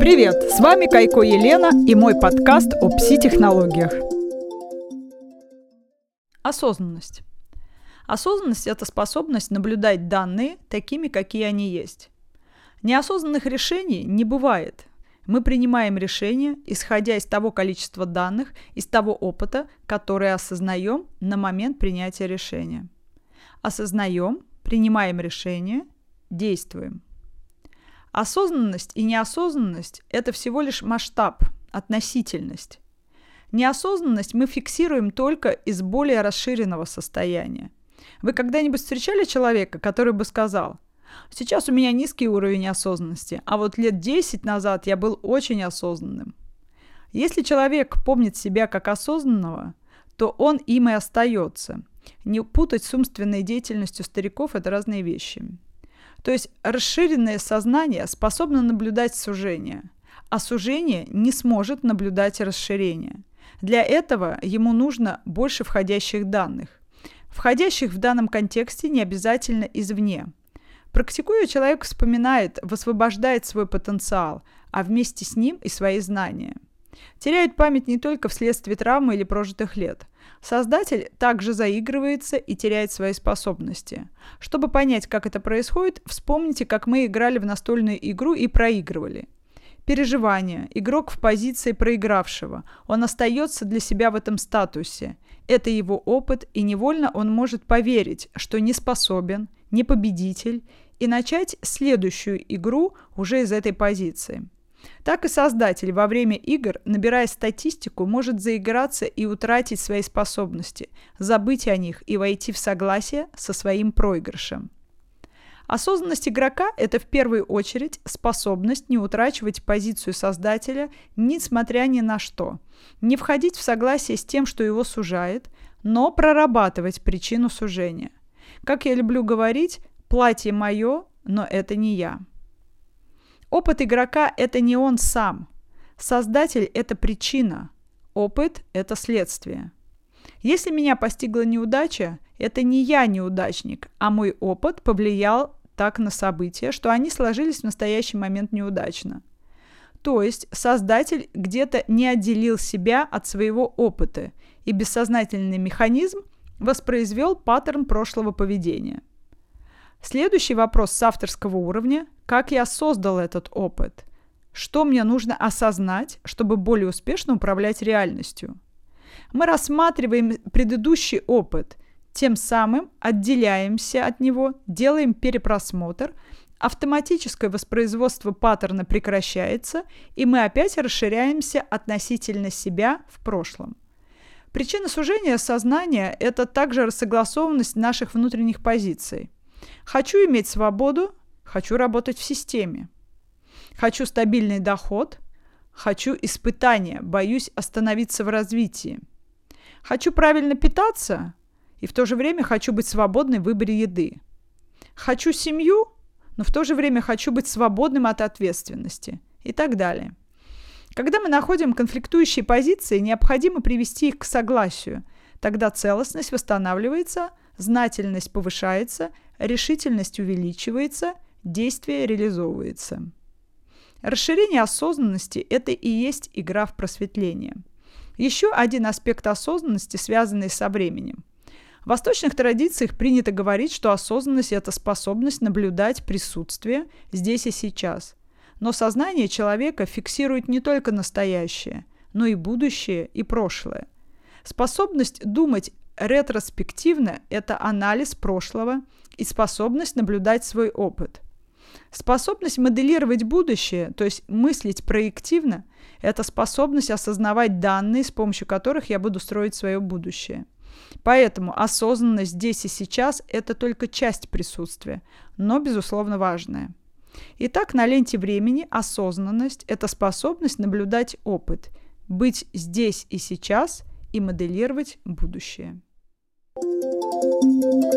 Привет! С вами Кайко Елена и мой подкаст о пси-технологиях. Осознанность. Осознанность – это способность наблюдать данные такими, какие они есть. Неосознанных решений не бывает. Мы принимаем решения, исходя из того количества данных, из того опыта, который осознаем на момент принятия решения. Осознаем, принимаем решение, действуем. Осознанность и неосознанность – это всего лишь масштаб, относительность. Неосознанность мы фиксируем только из более расширенного состояния. Вы когда-нибудь встречали человека, который бы сказал: «Сейчас у меня низкий уровень осознанности, а вот лет 10 назад я был очень осознанным». Если человек помнит себя как осознанного, то он им и остается. Не путать с умственной деятельностью стариков – это разные вещи. То есть расширенное сознание способно наблюдать сужение, а сужение не сможет наблюдать расширение. Для этого ему нужно больше входящих данных. Входящих в данном контексте не обязательно извне. Практикуя, человек вспоминает, высвобождает свой потенциал, а вместе с ним и свои знания. Теряет память не только вследствие травмы или прожитых лет. Создатель также заигрывается и теряет свои способности. Чтобы понять, как это происходит, вспомните, как мы играли в настольную игру и проигрывали. Переживание. Игрок в позиции проигравшего. Он остается для себя в этом статусе. Это его опыт, и невольно он может поверить, что не способен, не победитель, и начать следующую игру уже из этой позиции. Так и создатель во время игр, набирая статистику, может заиграться и утратить свои способности, забыть о них и войти в согласие со своим проигрышем. Осознанность игрока – это в первую очередь способность не утрачивать позицию создателя, несмотря ни на что, не входить в согласие с тем, что его сужает, но прорабатывать причину сужения. Как я люблю говорить, платье мое, но это не я. Опыт игрока – это не он сам. Создатель – это причина. Опыт – это следствие. Если меня постигла неудача, это не я неудачник, а мой опыт повлиял так на события, что они сложились в настоящий момент неудачно. То есть создатель где-то не отделил себя от своего опыта, и бессознательный механизм воспроизвел паттерн прошлого поведения. Следующий вопрос с авторского уровня – как я создал этот опыт? Что мне нужно осознать, чтобы более успешно управлять реальностью? Мы рассматриваем предыдущий опыт, тем самым отделяемся от него, делаем перепросмотр, автоматическое воспроизводство паттерна прекращается, и мы опять расширяемся относительно себя в прошлом. Причина сужения сознания – это также рассогласованность наших внутренних позиций. Хочу иметь свободу, хочу работать в системе. Хочу стабильный доход, хочу испытания, боюсь остановиться в развитии. Хочу правильно питаться, и в то же время хочу быть свободной в выборе еды. Хочу семью, но в то же время хочу быть свободным от ответственности и так далее. Когда мы находим конфликтующие позиции, необходимо привести их к согласию. Тогда целостность восстанавливается, знательность повышается, решительность увеличивается, действие реализовывается. Расширение осознанности – это и есть игра в просветление. Еще один аспект осознанности, связанный со временем. В восточных традициях принято говорить, что осознанность – это способность наблюдать присутствие здесь и сейчас. Но сознание человека фиксирует не только настоящее, но и будущее и прошлое. Способность думать ретроспективно – это анализ прошлого и способность наблюдать свой опыт. Способность моделировать будущее, то есть мыслить проективно – это способность осознавать данные, с помощью которых я буду строить свое будущее. Поэтому осознанность здесь и сейчас – это только часть присутствия, но, безусловно, важная. Итак, на ленте времени осознанность – это способность наблюдать опыт, быть здесь и сейчас и моделировать будущее.